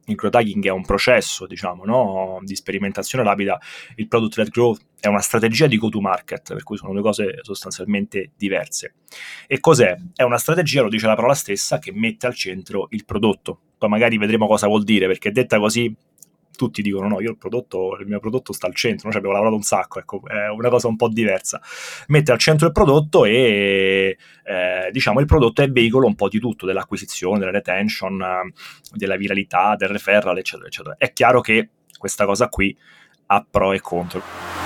il growth hacking è un processo, diciamo, no? Di sperimentazione rapida, il product-led growth è una strategia di go-to-market, per cui sono due cose sostanzialmente diverse. E cos'è? È una strategia, lo dice la parola stessa, che mette al centro il prodotto. Poi magari vedremo cosa vuol dire, perché detta così tutti dicono no, il mio prodotto sta al centro, noi ci abbiamo lavorato un sacco, ecco, è una cosa un po' diversa. Mette al centro il prodotto e diciamo il prodotto è veicolo un po' di tutto, dell'acquisizione, della retention, della viralità, del referral, eccetera, eccetera. È chiaro che questa cosa qui ha pro e contro.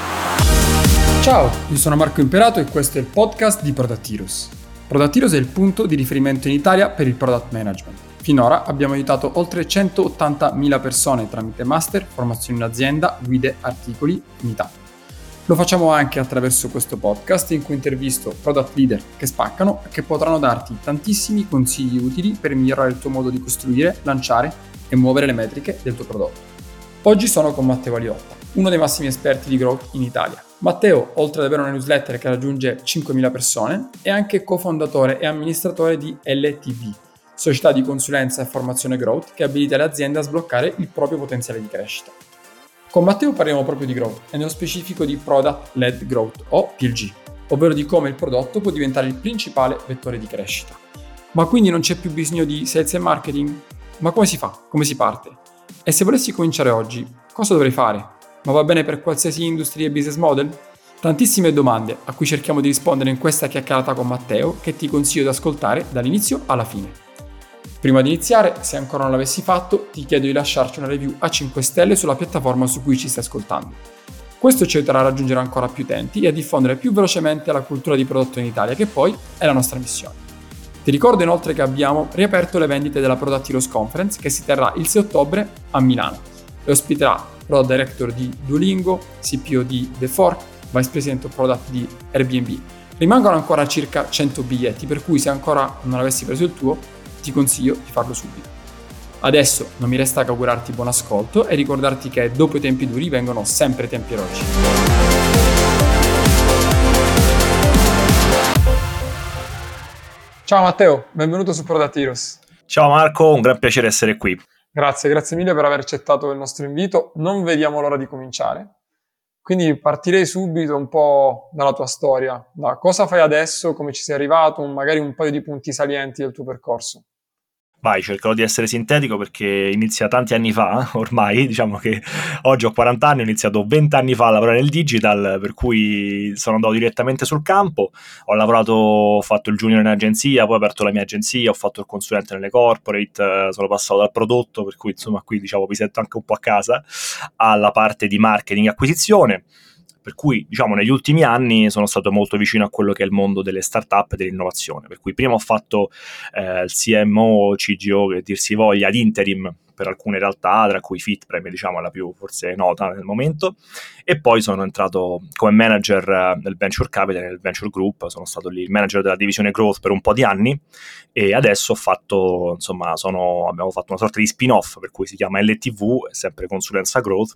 Ciao, io sono Marco Imperato e questo è il podcast di Product Heroes. Product Heroes è il punto di riferimento in Italia per il product management. Finora abbiamo aiutato oltre 180.000 persone tramite master, formazioni in azienda, guide, articoli, unità. Lo facciamo anche attraverso questo podcast in cui intervisto product leader che spaccano e che potranno darti tantissimi consigli utili per migliorare il tuo modo di costruire, lanciare e muovere le metriche del tuo prodotto. Oggi sono con Matteo Aliotta, uno dei massimi esperti di growth in Italia. Matteo, oltre ad avere una newsletter che raggiunge 5.000 persone, è anche cofondatore e amministratore di LTV, società di consulenza e formazione growth che abilita le aziende a sbloccare il proprio potenziale di crescita. Con Matteo parliamo proprio di growth e nello specifico di Product-Led Growth o PLG, ovvero di come il prodotto può diventare il principale vettore di crescita. Ma quindi non c'è più bisogno di sales e marketing? Ma come si fa? Come si parte? E se volessi cominciare oggi, cosa dovrei fare? Ma va bene per qualsiasi industria e business model? Tantissime domande a cui cerchiamo di rispondere in questa chiacchierata con Matteo che ti consiglio di ascoltare dall'inizio alla fine. Prima di iniziare, se ancora non l'avessi fatto, ti chiedo di lasciarci una review a 5 stelle sulla piattaforma su cui ci stai ascoltando. Questo ci aiuterà a raggiungere ancora più utenti e a diffondere più velocemente la cultura di prodotto in Italia, che poi è la nostra missione. Ti ricordo inoltre che abbiamo riaperto le vendite della Product Heroes Conference che si terrà il 6 ottobre a Milano e ospiterà Product Director di Duolingo, CPO di The Fork, Vice President of Product di Airbnb. Rimangono ancora circa 100 biglietti, per cui se ancora non avessi preso il tuo, ti consiglio di farlo subito. Adesso non mi resta che augurarti buon ascolto e ricordarti che dopo i tempi duri vengono sempre tempi eroici. Ciao Matteo, benvenuto su Product Heroes. Ciao Marco, un gran piacere essere qui. Grazie mille per aver accettato il nostro invito. Non vediamo l'ora di cominciare. Quindi partirei subito un po' dalla tua storia. Da cosa fai adesso, come ci sei arrivato, magari un paio di punti salienti del tuo percorso. Vai, cercherò di essere sintetico perché inizia tanti anni fa, ormai, diciamo che oggi ho 40 anni, ho iniziato 20 anni fa a lavorare nel digital, per cui sono andato direttamente sul campo, ho fatto il junior in agenzia, poi ho aperto la mia agenzia, ho fatto il consulente nelle corporate, sono passato dal prodotto, per cui insomma qui diciamo mi sento anche un po' a casa, alla parte di marketing e acquisizione. Per cui, diciamo, negli ultimi anni sono stato molto vicino a quello che è il mondo delle start-up e dell'innovazione. Per cui prima ho fatto il CMO, CGO, che dir si voglia, ad interim per alcune realtà, tra cui FitPrem, diciamo, è la più forse nota nel momento, e poi sono entrato come manager nel Venture Capital, nel Venture Group, sono stato lì il manager della divisione Growth per un po' di anni e adesso abbiamo fatto una sorta di spin-off, per cui si chiama LTV, sempre consulenza Growth,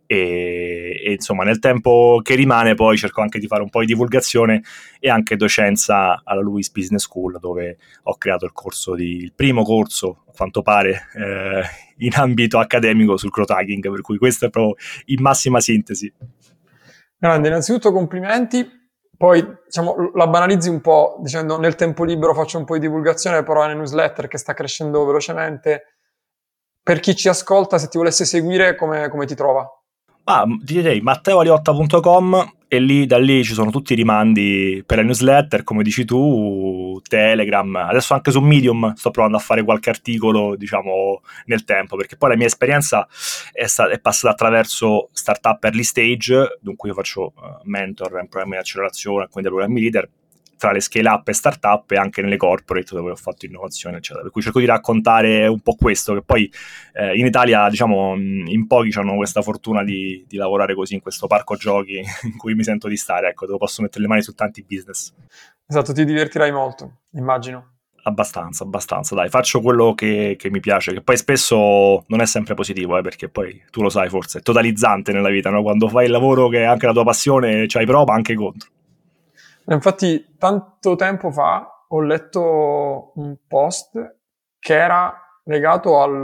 e insomma nel tempo che rimane poi cerco anche di fare un po' di divulgazione e anche docenza alla LUISS Business School, dove ho creato il primo corso, a quanto pare, in ambito accademico sul growth hacking, per cui questo è proprio in massima sintesi. Grande, innanzitutto complimenti, poi diciamo la banalizzi un po' dicendo nel tempo libero faccio un po' di divulgazione, però è una newsletter che sta crescendo velocemente. Per chi ci ascolta, se ti volesse seguire, come ti trova? Ti direi matteoaliotta.com e da lì ci sono tutti i rimandi per la newsletter, come dici tu, Telegram, adesso anche su Medium sto provando a fare qualche articolo, diciamo, nel tempo, perché poi la mia esperienza è passata attraverso startup early stage, dunque io faccio mentor in programmi di accelerazione, quindi programmi leader, tra le scale up e startup e anche nelle corporate dove ho fatto innovazione eccetera, per cui cerco di raccontare un po' questo, che poi in Italia diciamo in pochi hanno questa fortuna di lavorare così in questo parco giochi in cui mi sento di stare, ecco, dove posso mettere le mani su tanti business. Esatto, ti divertirai molto, immagino. Abbastanza, dai, faccio quello che mi piace, che poi spesso non è sempre positivo, perché poi tu lo sai forse, è totalizzante nella vita, no? Quando fai il lavoro che è anche la tua passione, c'hai pro ma anche contro. Infatti, tanto tempo fa ho letto un post che era legato al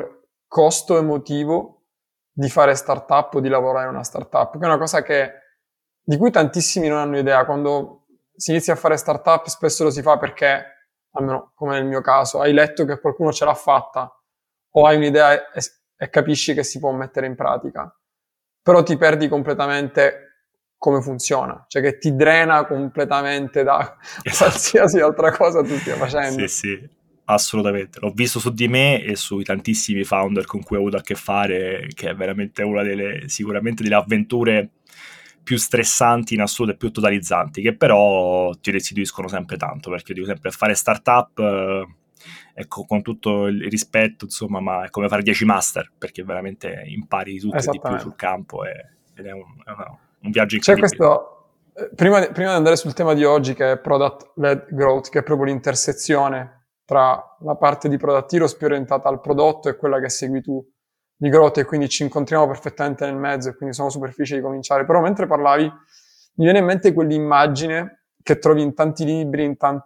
costo emotivo di fare startup o di lavorare in una startup, che è una cosa di cui tantissimi non hanno idea. Quando si inizia a fare startup spesso lo si fa perché, almeno come nel mio caso, hai letto che qualcuno ce l'ha fatta o hai un'idea e capisci che si può mettere in pratica, però ti perdi completamente come funziona, cioè che ti drena completamente da qualsiasi altra cosa tu stia facendo. Sì, assolutamente. L'ho visto su di me e sui tantissimi founder con cui ho avuto a che fare, che è veramente una sicuramente delle avventure più stressanti in assoluto e più totalizzanti, che però ti restituiscono sempre tanto, perché dico sempre fare startup, ecco, con tutto il rispetto, insomma, ma è come fare 10 master, perché veramente impari tutto e di più sul Esattamente. campo ed è un viaggio C'è incredibile. questo, prima di andare sul tema di oggi, che è product-led growth, che è proprio l'intersezione tra la parte di Product Heroes più orientata al prodotto e quella che segui tu di growth, e quindi ci incontriamo perfettamente nel mezzo e quindi sono super felice di cominciare. Però mentre parlavi mi viene in mente quell'immagine che trovi in tanti libri,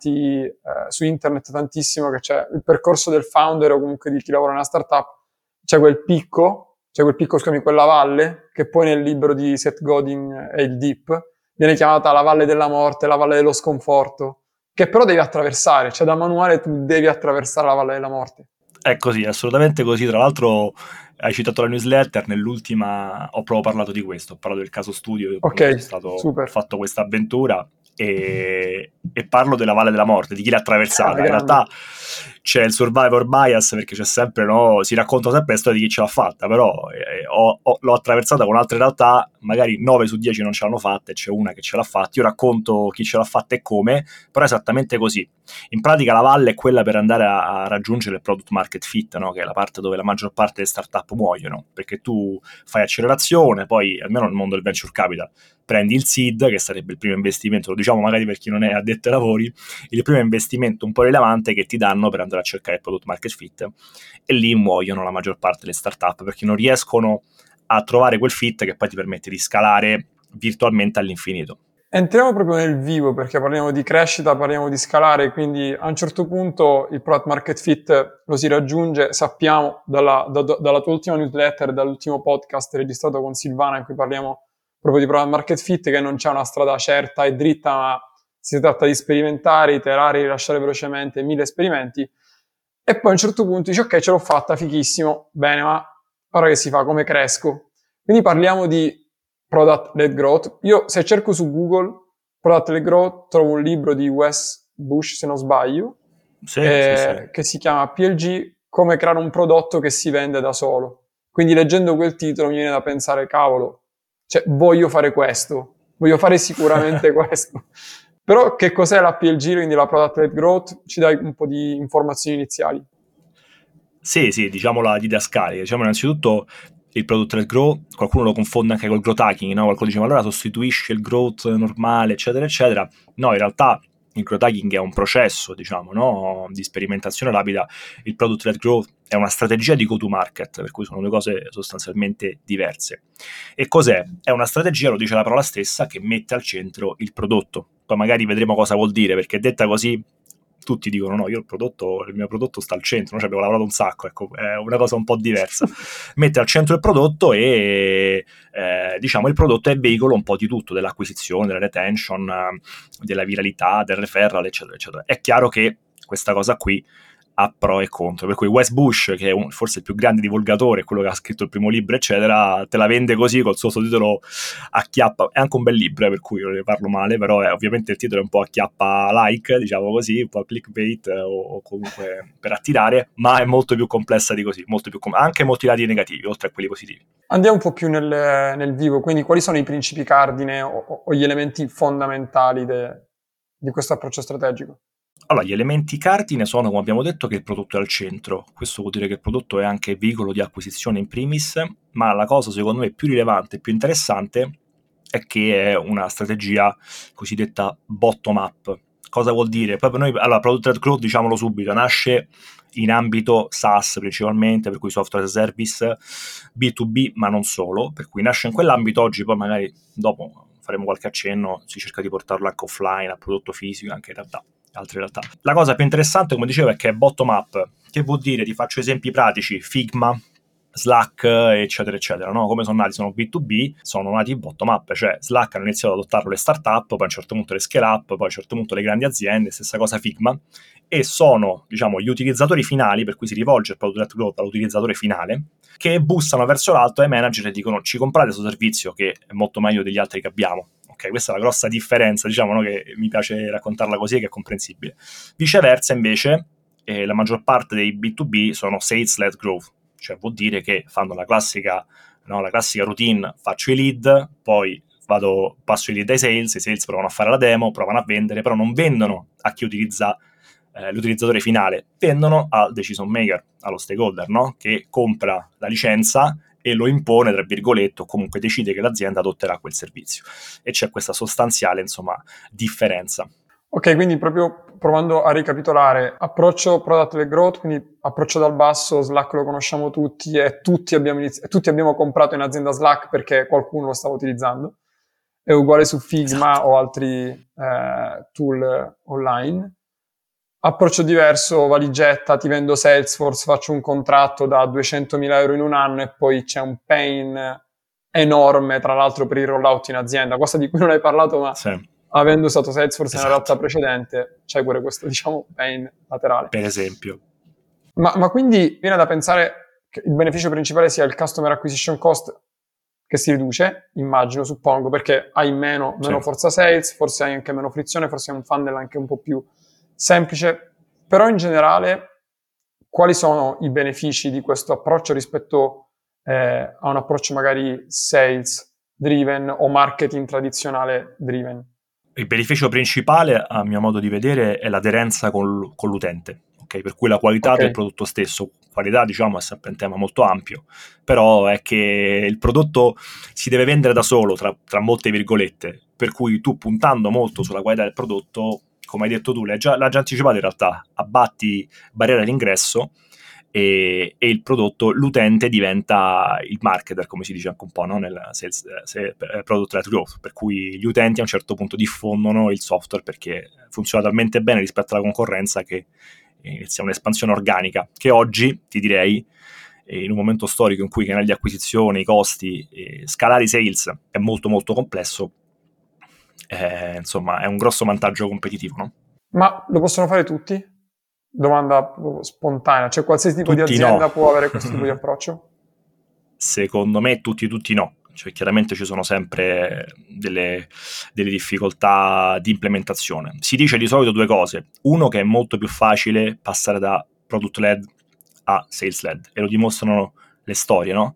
su internet tantissimo, che c'è il percorso del founder o comunque di chi lavora nella startup, c'è quel picco, scusami, quella valle, che poi nel libro di Seth Godin è il Deep, viene chiamata la valle della morte, la valle dello sconforto, che però devi attraversare, cioè da manuale tu devi attraversare la valle della morte. È così, assolutamente così. Tra l'altro hai citato la newsletter, nell'ultima ho proprio parlato di questo, ho parlato del caso studio Ok, quando ho super. fatto questa avventura e parlo della Valle della Morte, di chi l'ha attraversata. In Grande. realtà c'è il survivor bias, perché c'è sempre, no, si racconta sempre la storia di chi ce l'ha fatta, però l'ho attraversata con altre realtà, magari 9 su 10 non ce l'hanno fatta e c'è una che ce l'ha fatta. Io racconto chi ce l'ha fatta e come, però è esattamente così. In pratica la valle è quella per andare a raggiungere il product market fit, no? Che è la parte dove la maggior parte delle startup muoiono, perché tu fai accelerazione, poi almeno nel mondo del venture capital prendi il seed, che sarebbe il primo investimento, lo diciamo magari per chi non è addetto ai lavori, il primo investimento un po' rilevante che ti danno per andare a cercare il product market fit, e lì muoiono la maggior parte delle startup perché non riescono a trovare quel fit che poi ti permette di scalare virtualmente all'infinito. Entriamo proprio nel vivo, perché parliamo di crescita, parliamo di scalare, quindi a un certo punto il product market fit lo si raggiunge, sappiamo dalla tua ultima newsletter, dall'ultimo podcast registrato con Silvana in cui parliamo proprio di product market fit, che non c'è una strada certa e dritta, ma si tratta di sperimentare, iterare, rilasciare velocemente 1000 esperimenti, e poi a un certo punto dici ok, ce l'ho fatta, fighissimo, bene, ma ora che si fa, come cresco? Quindi parliamo di product-led growth. Io, se cerco su Google product-led growth, trovo un libro di Wes Bush, se non sbaglio, Sì, sì, sì. che si chiama PLG, come creare un prodotto che si vende da solo. Quindi leggendo quel titolo mi viene da pensare, cavolo, cioè voglio fare questo, voglio fare sicuramente questo. Però che cos'è la PLG, quindi la product-led growth? Ci dai un po' di informazioni iniziali. Sì, diciamo la didascalia. Diciamo innanzitutto il product-led growth, qualcuno lo confonde anche col growth hacking, no? Qualcuno dice ma allora sostituisce il growth normale, eccetera, eccetera. No, in realtà il growth hacking è un processo, diciamo, no? Di sperimentazione rapida. Il product-led growth è una strategia di go-to-market, per cui sono due cose sostanzialmente diverse. E cos'è? È una strategia, lo dice la parola stessa, che mette al centro il prodotto. Poi magari vedremo cosa vuol dire, perché detta così tutti dicono no, il mio prodotto sta al centro, no? Ci abbiamo lavorato un sacco, ecco, è una cosa un po' diversa. Mette al centro il prodotto e diciamo il prodotto è il veicolo un po' di tutto, dell'acquisizione, della retention, della viralità, del referral, eccetera, eccetera. È chiaro che questa cosa qui ha pro e contro, per cui Wes Bush, che è forse il più grande divulgatore, quello che ha scritto il primo libro eccetera, te la vende così col suo sottotitolo acchiappa, è anche un bel libro, per cui io ne parlo male, però ovviamente il titolo è un po' acchiappa like, diciamo così, un po' clickbait o comunque per attirare, ma è molto più complessa di così, anche molti lati negativi oltre a quelli positivi. Andiamo un po' più nel vivo, quindi quali sono i principi cardine o gli elementi fondamentali di questo approccio strategico? Allora, gli elementi cardine sono, come abbiamo detto, che il prodotto è al centro. Questo vuol dire che il prodotto è anche veicolo di acquisizione in primis, ma la cosa secondo me più rilevante e più interessante è che è una strategia cosiddetta bottom-up. Cosa vuol dire? Proprio noi, allora, Product-led Growth, diciamolo subito, nasce in ambito SaaS principalmente, per cui software as a service, B2B, ma non solo, per cui nasce in quell'ambito. Oggi poi magari dopo faremo qualche accenno, si cerca di portarlo anche offline, a prodotto fisico, anche in realtà altre realtà. La cosa più interessante, come dicevo, è che è bottom up. Che vuol dire? Ti faccio esempi pratici. Figma, Slack, eccetera, eccetera, no? Come sono nati? Sono B2B, sono nati bottom up, cioè Slack hanno iniziato ad adottarlo le startup, poi a un certo punto le scale up, poi a un certo punto le grandi aziende, stessa cosa Figma, e sono, diciamo, gli utilizzatori finali, per cui si rivolge il product growth all'utilizzatore finale, che bussano verso l'alto ai manager e dicono ci comprate questo servizio che è molto meglio degli altri che abbiamo. Ok, questa è la grossa differenza, diciamo, no? Che mi piace raccontarla così, che è comprensibile. Viceversa, invece, la maggior parte dei B2B sono sales-led growth, cioè vuol dire che fanno la classica routine, faccio i lead, poi passo i lead ai sales, i sales provano a fare la demo, provano a vendere, però non vendono a chi utilizza l'utilizzatore finale, vendono al decision maker, allo stakeholder, no? Che compra la licenza e lo impone, tra virgolette, o comunque decide che l'azienda adotterà quel servizio. E c'è questa sostanziale, insomma, differenza. Ok, quindi proprio provando a ricapitolare, approccio product-led growth, quindi approccio dal basso, Slack lo conosciamo tutti e tutti abbiamo comprato in azienda Slack perché qualcuno lo stava utilizzando. È uguale su Figma Esatto. o altri tool online. Approccio diverso, valigetta, ti vendo Salesforce, faccio un contratto da 200.000 euro in un anno e poi c'è un pain enorme, tra l'altro, per il rollout in azienda, cosa di cui non hai parlato, ma Sì. avendo usato Salesforce nella realtà Esatto. precedente, c'è pure questo, diciamo, pain laterale. Per esempio. Ma quindi viene da pensare che il beneficio principale sia il customer acquisition cost che si riduce, immagino, suppongo, perché hai meno Sì. forza sales, forse hai anche meno frizione, forse hai un funnel anche un po' più semplice, però in generale quali sono i benefici di questo approccio rispetto a un approccio magari sales driven o marketing tradizionale driven? Il beneficio principale, a mio modo di vedere, è l'aderenza con l'utente, okay? Per cui la qualità Ok, del prodotto stesso, qualità diciamo è sempre un tema molto ampio, però è che il prodotto si deve vendere da solo, tra molte virgolette, per cui tu puntando molto sulla qualità del prodotto, come hai detto tu, l'hai già anticipato in realtà, abbatti barriere all'ingresso e il prodotto, l'utente diventa il marketer, come si dice anche un po', no? Nel product-led growth, per cui gli utenti a un certo punto diffondono il software perché funziona talmente bene rispetto alla concorrenza che inizia un'espansione organica, che oggi, ti direi, in un momento storico in cui i canali di acquisizione, i costi, scalare i sales è molto molto complesso, insomma è un grosso vantaggio competitivo, no? ma lo possono fare tutti? Domanda spontanea, cioè qualsiasi tipo di Tutti no. azienda può avere questo tipo di approccio? Secondo me tutti no, cioè chiaramente ci sono sempre delle difficoltà di implementazione. Si dice di solito due cose: uno, che è molto più facile passare da product led a sales led, e lo dimostrano le storie, no?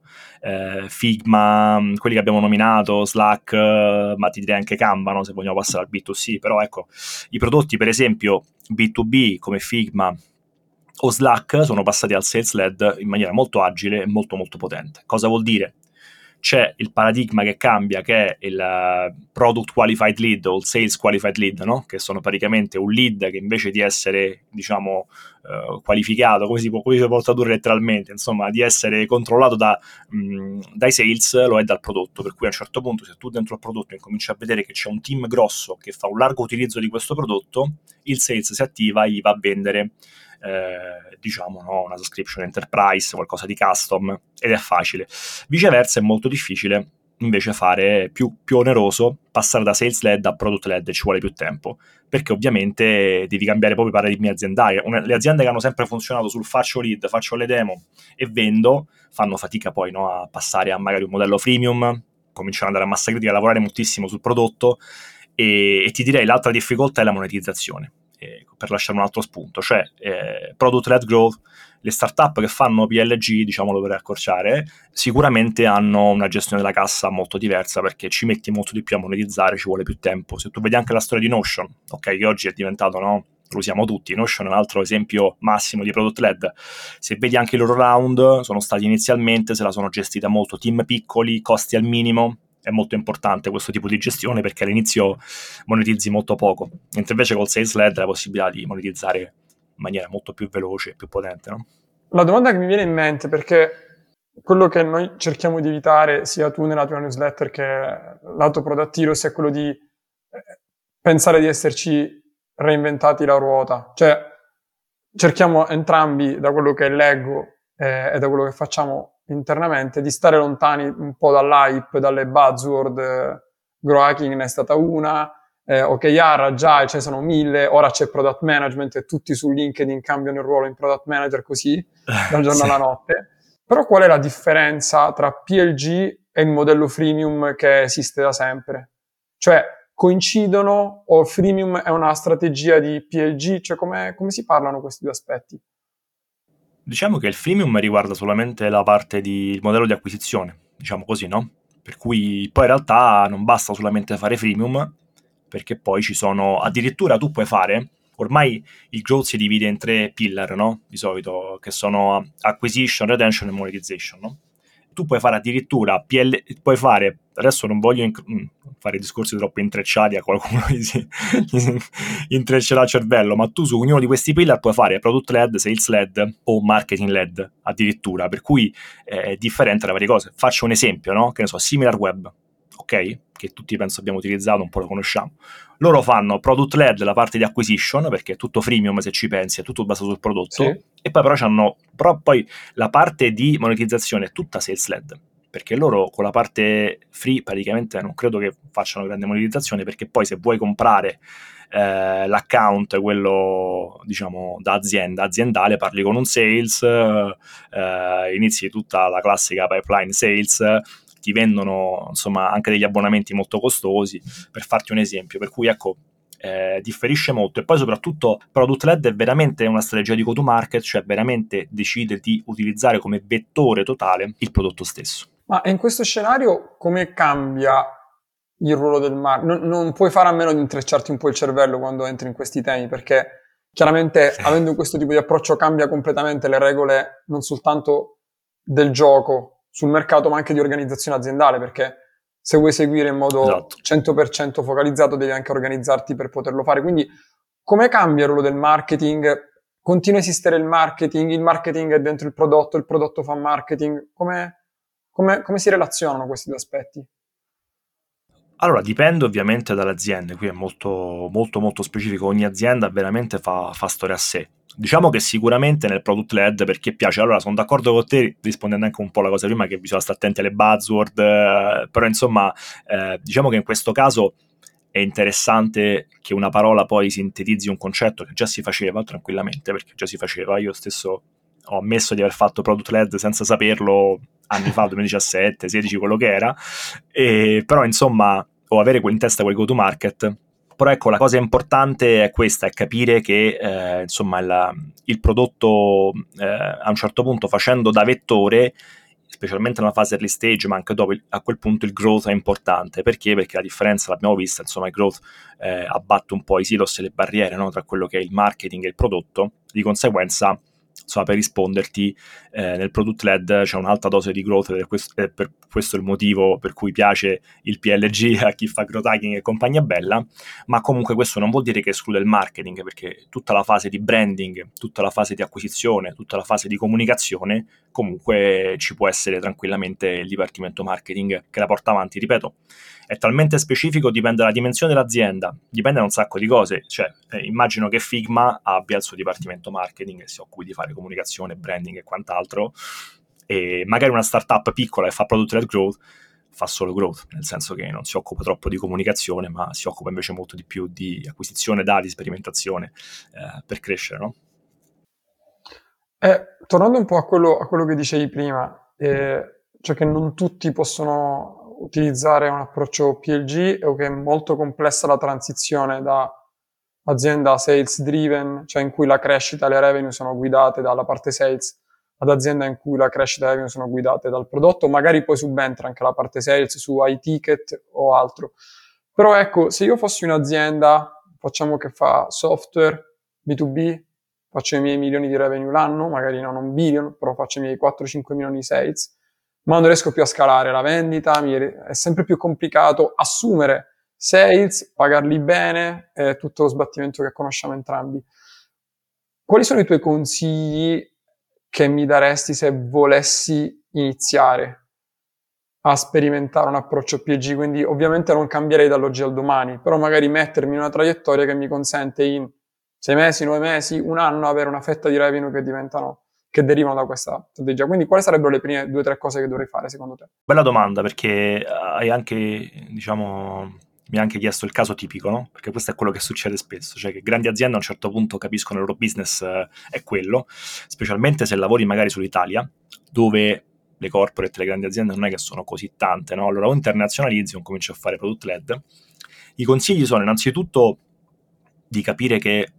Figma, quelli che abbiamo nominato, Slack, ma ti direi anche Canva, no? Se vogliamo passare al B2C, però ecco, i prodotti per esempio B2B come Figma o Slack sono passati al sales led in maniera molto agile e molto molto potente. Cosa vuol dire? C'è il paradigma che cambia, che è il product qualified lead o il sales qualified lead, no? Che sono praticamente un lead che invece di essere, diciamo, qualificato, come si può tradurre letteralmente, insomma, di essere controllato dai sales, lo è dal prodotto. Per cui a un certo punto, se tu dentro il prodotto incominci a vedere che c'è un team grosso che fa un largo utilizzo di questo prodotto, il sales si attiva e gli va a vendere diciamo, no, una subscription enterprise, qualcosa di custom, ed è facile. Viceversa è molto difficile invece fare più oneroso, passare da sales led a product led, ci vuole più tempo, perché ovviamente devi cambiare proprio i paradigmi aziendali. Le aziende che hanno sempre funzionato sul faccio lead, faccio le demo e vendo, fanno fatica poi, no, a passare a magari un modello freemium, cominciano ad andare a massa critica, a lavorare moltissimo sul prodotto, e ti direi l'altra difficoltà è la monetizzazione. Per lasciare un altro spunto, cioè product-led growth, le startup che fanno PLG, diciamolo per accorciare, sicuramente hanno una gestione della cassa molto diversa, perché ci metti molto di più a monetizzare, ci vuole più tempo. Se tu vedi anche la storia di Notion, ok, che oggi è diventato, no, lo usiamo tutti, Notion è un altro esempio massimo di product led. Se vedi anche i loro round, sono stati inizialmente, se la sono gestita molto team piccoli, costi al minimo. È molto importante questo tipo di gestione, perché all'inizio monetizzi molto poco, mentre invece col sales led hai la possibilità di monetizzare in maniera molto più veloce e più potente, no? La domanda che mi viene in mente, perché quello che noi cerchiamo di evitare, sia tu nella tua newsletter che lato Product Heroes, è quello di pensare di esserci reinventati la ruota. Cioè, cerchiamo entrambi, da quello che leggo e da quello che facciamo, internamente di stare lontani un po' dall'hype, dalle buzzword, growth hacking ne è stata una, OKR già ce ne sono 1000, ora c'è product management e tutti su LinkedIn cambiano il ruolo in product manager così, dal giorno alla notte. Però qual è la differenza tra PLG e il modello freemium che esiste da sempre? Cioè, coincidono o il freemium è una strategia di PLG? Cioè, come si parlano questi due aspetti? Diciamo che il freemium riguarda solamente la parte di modello di acquisizione, diciamo così, no? Per cui poi in realtà non basta solamente fare freemium, perché poi ci sono, addirittura tu puoi fare, ormai il growth si divide in 3 pillar, no? Di solito, che sono acquisition, retention e monetization, no? Tu puoi fare addirittura puoi fare, adesso non voglio fare discorsi troppo intrecciati, a qualcuno gli si intreccerà il cervello, ma tu su ognuno di questi pillar puoi fare product led, sales led o marketing led addirittura, per cui è differente da varie cose. Faccio un esempio, no? Che ne so, SimilarWeb, ok? Che tutti penso abbiamo utilizzato, un po' lo conosciamo. Loro fanno product led la parte di acquisition, perché è tutto freemium se ci pensi, è tutto basato sul prodotto, Sì. e poi però poi la parte di monetizzazione è tutta sales led, perché loro con la parte free praticamente non credo che facciano grande monetizzazione, perché poi se vuoi comprare l'account, quello diciamo da azienda aziendale, parli con un sales, inizi tutta la classica pipeline sales, ti vendono insomma anche degli abbonamenti molto costosi, per farti un esempio, per cui ecco, differisce molto. E poi soprattutto product led è veramente una strategia di go to market, cioè veramente decide di utilizzare come vettore totale il prodotto stesso. Ma in questo scenario come cambia il ruolo del marketing? Non puoi fare a meno di intrecciarti un po' il cervello quando entri in questi temi, perché chiaramente avendo questo tipo di approccio cambia completamente le regole non soltanto del gioco sul mercato, ma anche di organizzazione aziendale, perché se vuoi seguire in modo Esatto. 100% focalizzato devi anche organizzarti per poterlo fare. Quindi come cambia il ruolo del marketing? Continua a esistere il marketing è dentro il prodotto fa marketing, come si relazionano questi due aspetti? Allora, dipende ovviamente dalle aziende, qui è molto, molto, molto specifico, ogni azienda veramente fa storia a sé. Diciamo che sicuramente nel product led, perché piace, allora sono d'accordo con te, rispondendo anche un po' alla cosa prima, che bisogna stare attenti alle buzzword, però insomma, diciamo che in questo caso è interessante che una parola poi sintetizzi un concetto che già si faceva tranquillamente, perché già si faceva, io stesso ho ammesso di aver fatto product led senza saperlo anni fa, 2017, 16, quello che era, però insomma, o avere in testa quel go to market. Però ecco, la cosa importante è questa, è capire che insomma il prodotto a un certo punto, facendo da vettore, specialmente nella fase early stage, ma anche dopo, a quel punto il growth è importante. Perché? Perché la differenza l'abbiamo vista, insomma il growth abbatte un po' i silos e le barriere, no? Tra quello che è il marketing e il prodotto, di conseguenza insomma, per risponderti, nel product led c'è un'alta dose di growth, per questo è il motivo per cui piace il PLG a chi fa growth hacking e compagnia bella, ma comunque questo non vuol dire che esclude il marketing, perché tutta la fase di branding, tutta la fase di acquisizione, tutta la fase di comunicazione, comunque ci può essere tranquillamente il dipartimento marketing che la porta avanti, ripeto. È talmente specifico, dipende dalla dimensione dell'azienda, dipende da un sacco di cose, cioè immagino che Figma abbia il suo dipartimento marketing e si occupi di fare comunicazione, branding e quant'altro, e magari una startup piccola che fa product led growth fa solo growth, nel senso che non si occupa troppo di comunicazione, ma si occupa invece molto di più di acquisizione dati, sperimentazione, per crescere, no? Tornando un po' a quello che dicevi prima, cioè che non tutti possono utilizzare un approccio PLG o che è molto complessa la transizione da azienda sales driven, cioè in cui la crescita e le revenue sono guidate dalla parte sales, ad azienda in cui la crescita e le revenue sono guidate dal prodotto, magari poi subentra anche la parte sales su iTicket o altro. Però ecco, se io fossi un'azienda, facciamo che fa software B2B, faccio i miei milioni di revenue l'anno, magari non un billion, però faccio i miei 4-5 milioni di sales, ma non riesco più a scalare la vendita, è sempre più complicato assumere sales, pagarli bene, tutto lo sbattimento che conosciamo entrambi. Quali sono i tuoi consigli che mi daresti se volessi iniziare a sperimentare un approccio PG? Quindi ovviamente non cambierei dall'oggi al domani, però magari mettermi in una traiettoria che mi consente in 6 mesi, 9 mesi, un anno avere una fetta di revenue che derivano da questa strategia. Quindi quali sarebbero le prime 2 o 3 cose che dovrei fare secondo te? Bella domanda, perché hai anche, diciamo, mi ha anche chiesto il caso tipico, no? Perché questo è quello che succede spesso, cioè che grandi aziende a un certo punto capiscono il loro business è quello, specialmente se lavori magari sull'Italia, dove le corporate, le grandi aziende non è che sono così tante, no? Allora o internazionalizzi o cominci a fare product led. I consigli sono innanzitutto di capire che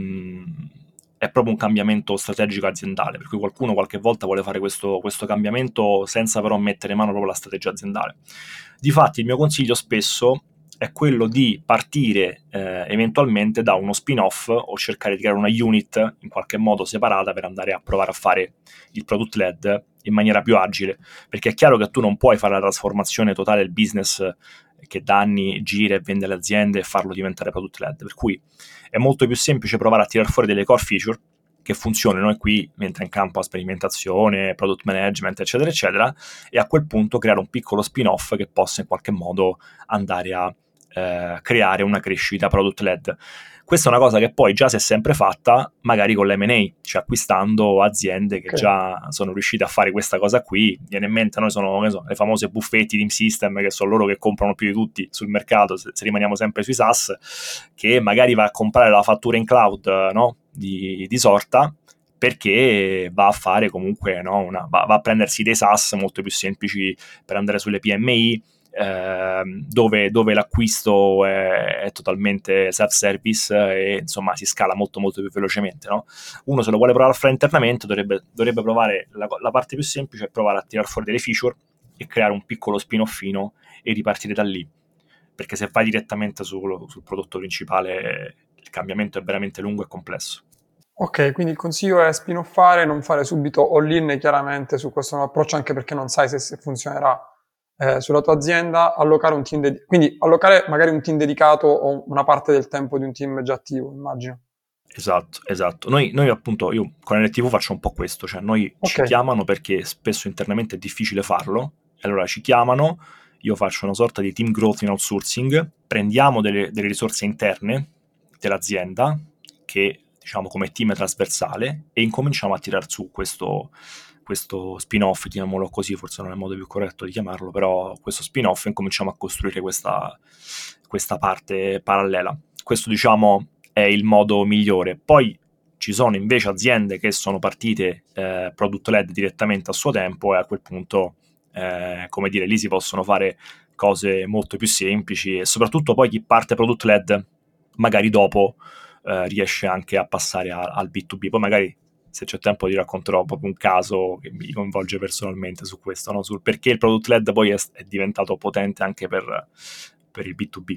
è proprio un cambiamento strategico aziendale, per cui qualcuno qualche volta vuole fare questo cambiamento senza però mettere in mano proprio la strategia aziendale. Difatti il mio consiglio spesso è quello di partire eventualmente da uno spin-off o cercare di creare una unit in qualche modo separata per andare a provare a fare il product led in maniera più agile, perché è chiaro che tu non puoi fare la trasformazione totale del business che da anni gira e vende le aziende e farlo diventare product led, per cui è molto più semplice provare a tirar fuori delle core feature che funzionano, e qui entra in campo la sperimentazione, product management, eccetera, eccetera, e a quel punto creare un piccolo spin-off che possa in qualche modo andare a creare una crescita product led. Questa è una cosa che poi già si è sempre fatta, magari con l'M&A, cioè acquistando aziende che già sono riuscite a fare questa cosa qui. Viene in mente, noi sono le famose buffetti Team System, che sono loro che comprano più di tutti sul mercato, se rimaniamo sempre sui SaaS, che magari va a comprare la fattura in cloud, no? di sorta, perché va a fare comunque, no? va a prendersi dei SaaS molto più semplici per andare sulle PMI, dove l'acquisto è totalmente self-service e insomma si scala molto molto più velocemente, no? Uno se lo vuole provare a fare internamente dovrebbe provare la parte più semplice, è provare a tirar fuori delle feature e creare un piccolo spin-offino e ripartire da lì, perché se vai direttamente sul prodotto principale il cambiamento è veramente lungo e complesso. Ok, quindi il consiglio è spin-offare, non fare subito all-in chiaramente su questo approccio, anche perché non sai se funzionerà sulla tua azienda, allocare un team quindi allocare magari un team dedicato o una parte del tempo di un team già attivo, immagino. Esatto. Noi appunto, io con LTV faccio un po' questo, cioè noi ci chiamano perché spesso internamente è difficile farlo, e allora ci chiamano, io faccio una sorta di team growth in outsourcing, prendiamo delle risorse interne dell'azienda, che diciamo come team trasversale, e incominciamo a tirar su questo spin-off, chiamiamolo così, forse non è il modo più corretto di chiamarlo, però questo spin-off, incominciamo a costruire questa parte parallela. Questo diciamo è il modo migliore. Poi ci sono invece aziende che sono partite product led direttamente a suo tempo, e a quel punto come dire, lì si possono fare cose molto più semplici, e soprattutto poi chi parte product led magari dopo riesce anche a passare al B2B. Poi magari, se c'è tempo, ti racconterò proprio un caso che mi coinvolge personalmente su questo, no? Sul perché il product led poi è diventato potente anche per il B2B.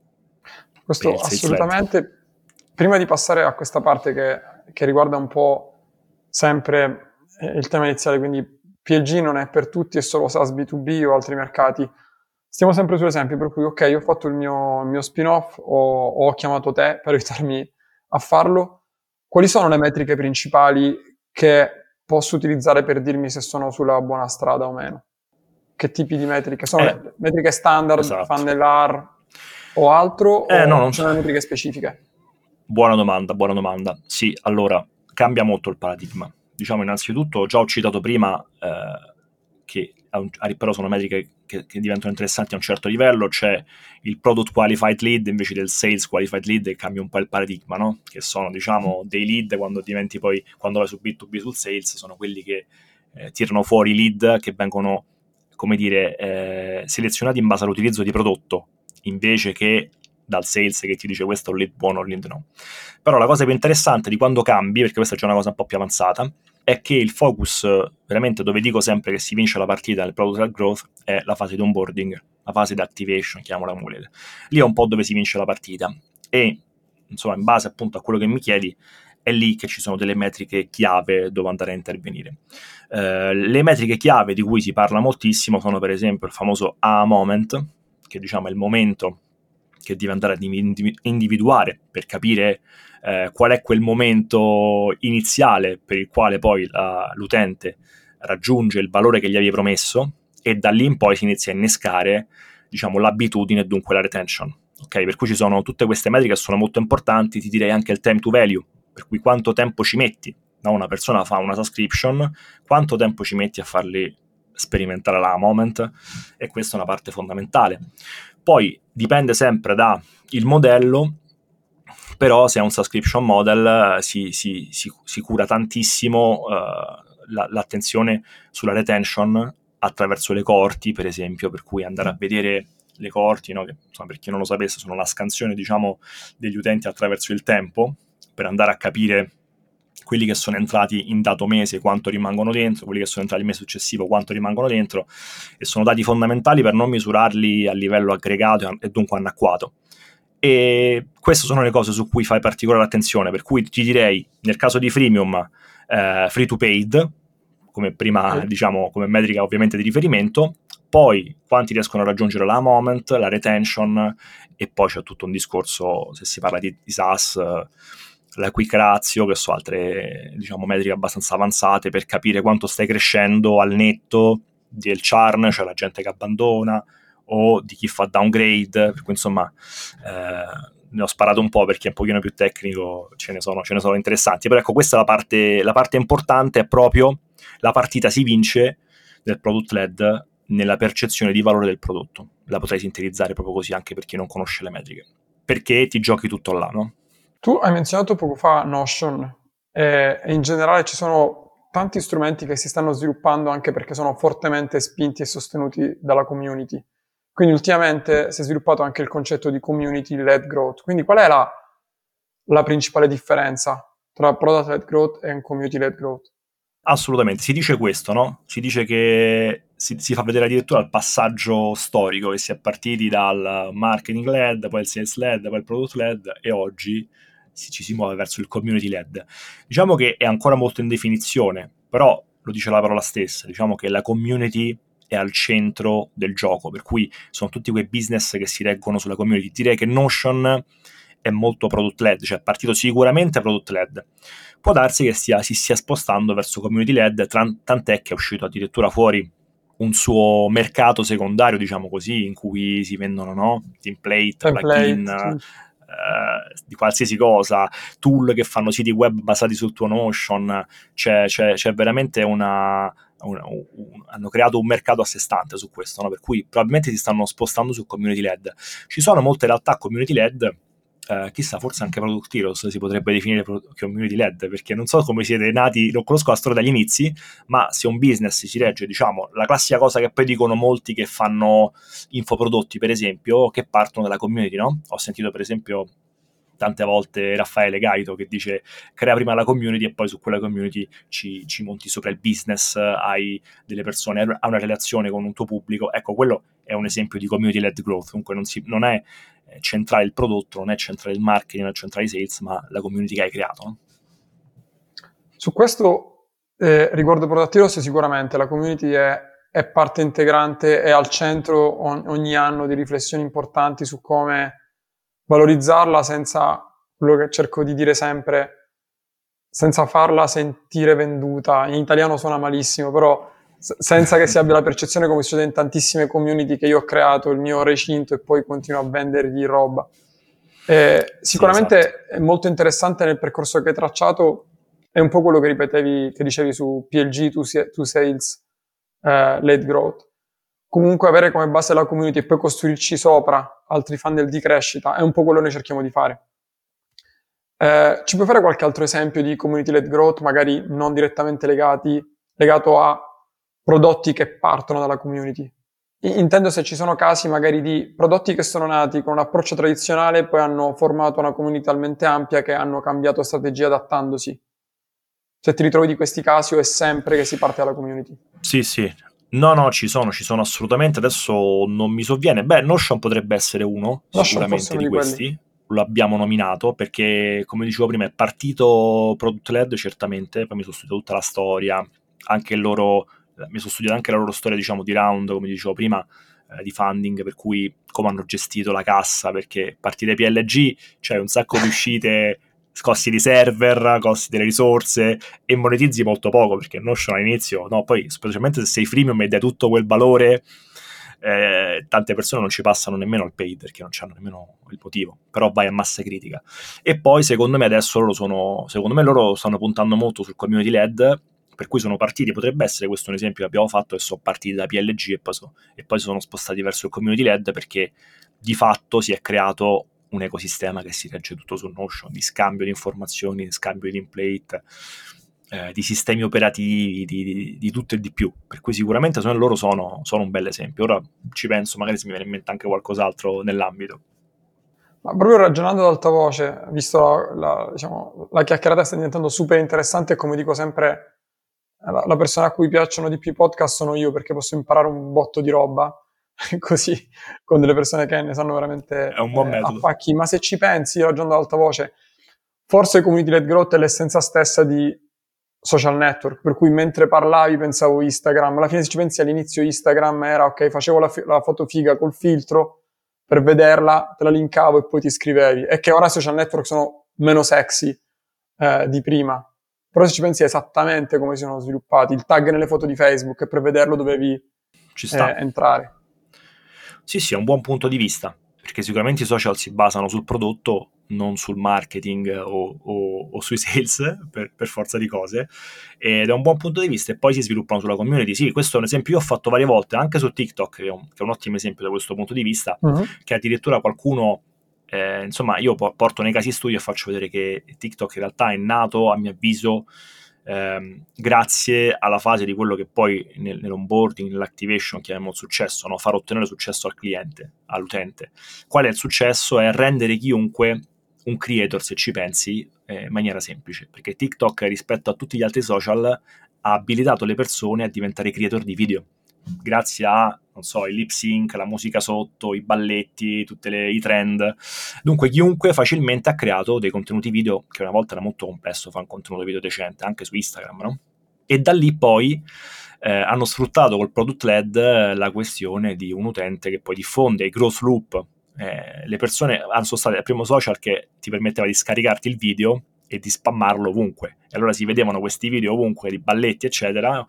Questo assolutamente. Prima di passare a questa parte che riguarda un po' sempre il tema iniziale, quindi PLG non è per tutti, è solo SaaS B2B o altri mercati. Stiamo sempre sull'esempio, per cui ok, io ho fatto il mio spin-off, ho chiamato te per aiutarmi a farlo. Quali sono le metriche principali che posso utilizzare per dirmi se sono sulla buona strada o meno? Che tipi di metriche? Sono le metriche standard, esatto, funnel R o altro, o non sono le metriche specifiche? Buona domanda. Sì, allora, cambia molto il paradigma. Diciamo, innanzitutto, già ho citato prima che però sono metriche che diventano interessanti a un certo livello. C'è il product qualified lead invece del sales qualified lead, e cambia un po' il paradigma, no? Che sono, diciamo, dei lead quando vai su B2B, sul sales, sono quelli che tirano fuori i lead che vengono, come dire, selezionati in base all'utilizzo di prodotto, invece che dal sales che ti dice questo è un lead buono o un lead no. Però la cosa più interessante di quando cambi, perché questa è già una cosa un po' più avanzata, è che il focus, veramente, dove dico sempre che si vince la partita nel product growth, è la fase di onboarding, la fase di activation, chiamiamola come volete. Lì è un po' dove si vince la partita, e insomma, in base appunto a quello che mi chiedi, è lì che ci sono delle metriche chiave dove andare a intervenire. Le metriche chiave di cui si parla moltissimo sono per esempio il famoso A moment, che diciamo è il momento che devi andare ad individuare per capire qual è quel momento iniziale per il quale poi l'utente raggiunge il valore che gli avevi promesso, e da lì in poi si inizia a innescare, diciamo, l'abitudine e dunque la retention. Ok? Per cui tutte queste metriche sono molto importanti. Ti direi anche il time to value, per cui quanto tempo ci metti no? Una persona fa una subscription, quanto tempo ci metti a farli sperimentare la moment? E questa è una parte fondamentale. Poi dipende sempre dal modello, però se è un subscription model si cura tantissimo l'attenzione sulla retention attraverso le cohorti, per esempio, per cui andare a vedere le cohorti, no? Che, insomma, per chi non lo sapesse, sono la scansione, diciamo, degli utenti attraverso il tempo, per andare a capire quelli che sono entrati in dato mese, quanto rimangono dentro, quelli che sono entrati il mese successivo, quanto rimangono dentro, e sono dati fondamentali per non misurarli a livello aggregato e dunque anacquato. E queste sono le cose su cui fai particolare attenzione, per cui ti direi, nel caso di freemium, free to paid, come prima, diciamo, come metrica ovviamente di riferimento, poi quanti riescono a raggiungere la moment, la retention, e poi c'è tutto un discorso, se si parla di SaaS, la quick ratio, che sono altre, diciamo, metriche abbastanza avanzate per capire quanto stai crescendo al netto del churn, cioè la gente che abbandona, o di chi fa downgrade, per cui insomma ne ho sparato un po' perché è un pochino più tecnico, ce ne sono interessanti, però ecco, questa è la parte importante, è proprio la partita si vince del product led nella percezione di valore del prodotto. La potrei sintetizzare proprio così anche per chi non conosce le metriche, perché ti giochi tutto là, no? Tu hai menzionato poco fa Notion e in generale ci sono tanti strumenti che si stanno sviluppando anche perché sono fortemente spinti e sostenuti dalla community. Quindi ultimamente si è sviluppato anche il concetto di community-led growth. Quindi qual è la principale differenza tra product-led growth e community-led growth? Assolutamente, si dice questo, no? Si dice che si fa vedere addirittura il passaggio storico, che si è partiti dal marketing led, poi il sales led, poi il product led, e oggi ci si muove verso il community led. Diciamo che è ancora molto in definizione, però lo dice la parola stessa, diciamo che la community è al centro del gioco, per cui sono tutti quei business che si reggono sulla community. Direi che Notion è molto product led, cioè è partito sicuramente product led. Può darsi che si stia spostando verso community led, tant'è che è uscito addirittura fuori un suo mercato secondario, diciamo così, in cui si vendono, no? Template, plugin, di qualsiasi cosa, tool che fanno siti web basati sul tuo Notion, c'è veramente hanno creato un mercato a sé stante su questo, no? Per cui probabilmente si stanno spostando su community led. Ci sono molte realtà community led, chissà, forse anche Product Heroes si potrebbe definire community led, perché non so come siete nati, non conosco la storia dagli inizi, ma se un business si regge, diciamo, la classica cosa che poi dicono molti che fanno infoprodotti, per esempio, che partono dalla community, no? Ho sentito per esempio tante volte Raffaele Gaito che dice: crea prima la community e poi su quella community ci monti sopra il business, hai delle persone, hai una relazione con un tuo pubblico. Ecco, quello è un esempio di community led growth. Comunque non è centrale il prodotto, non è centrale il marketing, non è centrale i sales, ma la community che hai creato, no? Su questo riguardo Product Heroes sicuramente la community è parte integrante, è al centro ogni anno di riflessioni importanti su come valorizzarla senza, quello che cerco di dire sempre, senza farla sentire venduta. In italiano suona malissimo, però senza che si abbia la percezione, come succede in tantissime community, che io ho creato il mio recinto e poi continuo a vendergli roba. Sicuramente sì, esatto. È molto interessante nel percorso che hai tracciato, è un po' quello che dicevi su PLG, to Sales, Led Growth. Comunque avere come base la community e poi costruirci sopra altri funnel di crescita è un po' quello che noi cerchiamo di fare. Ci puoi fare qualche altro esempio di community-led growth, magari non direttamente legato a prodotti che partono dalla community? Intendo se ci sono casi magari di prodotti che sono nati con un approccio tradizionale e poi hanno formato una community talmente ampia che hanno cambiato strategia adattandosi. Se ti ritrovi di questi casi o è sempre che si parte dalla community? Sì. No, ci sono assolutamente. Adesso non mi sovviene. Beh, Notion potrebbe essere uno, sicuramente, di questi. Lo abbiamo nominato perché, come dicevo prima, è partito product led, certamente. Poi mi sono studiato tutta la storia, anche mi sono studiato anche la loro storia, diciamo, di round, come dicevo prima, di funding, per cui come hanno gestito la cassa, perché partire PLG c'è un sacco di uscite, costi di server, costi delle risorse, e monetizzi molto poco, perché Notion all'inizio, no, poi specialmente se sei freemium e dai tutto quel valore tante persone non ci passano nemmeno al paid perché non hanno nemmeno il motivo, però vai a massa critica. E poi secondo me adesso loro stanno puntando molto sul community led, per cui sono partiti, potrebbe essere questo un esempio che abbiamo fatto, e sono partiti da PLG e poi sono spostati verso il community led, perché di fatto si è creato un ecosistema che si regge tutto su Notion, di scambio di informazioni, di scambio di template, di sistemi operativi, di tutto e di più, per cui sicuramente loro sono un bel esempio. Ora ci penso, magari se mi viene in mente anche qualcos'altro nell'ambito. Ma proprio ragionando ad alta voce, visto la chiacchierata sta diventando super interessante, e come dico sempre, la persona a cui piacciono di più i podcast sono io, perché posso imparare un botto di roba, così, con delle persone che ne sanno veramente È un buon metodo. a pacchi. Ma se ci pensi, ragionando ad alta voce, forse community led growth è l'essenza stessa di social network, per cui mentre parlavi pensavo Instagram. Alla fine, se ci pensi, all'inizio Instagram era ok, facevo la foto figa col filtro per vederla, te la linkavo e poi ti iscrivevi. E che ora i social network sono meno sexy di prima, però se ci pensi è esattamente come si sono sviluppati. Il tag nelle foto di Facebook, e per vederlo dovevi entrare. Sì, è un buon punto di vista, perché sicuramente i social si basano sul prodotto, non sul marketing o sui sales, per forza di cose, ed è un buon punto di vista. E poi si sviluppano sulla community. Sì, questo è un esempio che ho fatto varie volte, anche su TikTok, che è un ottimo esempio da questo punto di vista, che addirittura qualcuno, insomma, io porto nei casi studi e faccio vedere che TikTok in realtà è nato, a mio avviso, grazie alla fase di quello che poi nell'onboarding, nell'activation chiamiamo successo, no? Far ottenere successo al cliente, all'utente. Qual è il successo? È rendere chiunque un creator, se ci pensi, in maniera semplice, perché TikTok, rispetto a tutti gli altri social, ha abilitato le persone a diventare creator di video, grazie a, non so, il lip sync, la musica sotto, i balletti, i trend. Dunque chiunque facilmente ha creato dei contenuti video, che una volta era molto complesso fare un contenuto video decente, anche su Instagram, no? E da lì poi hanno sfruttato col product led la questione di un utente che poi diffonde i growth loop. Le persone sono state il primo social che ti permetteva di scaricarti il video e di spammarlo ovunque, e allora si vedevano questi video ovunque di balletti eccetera,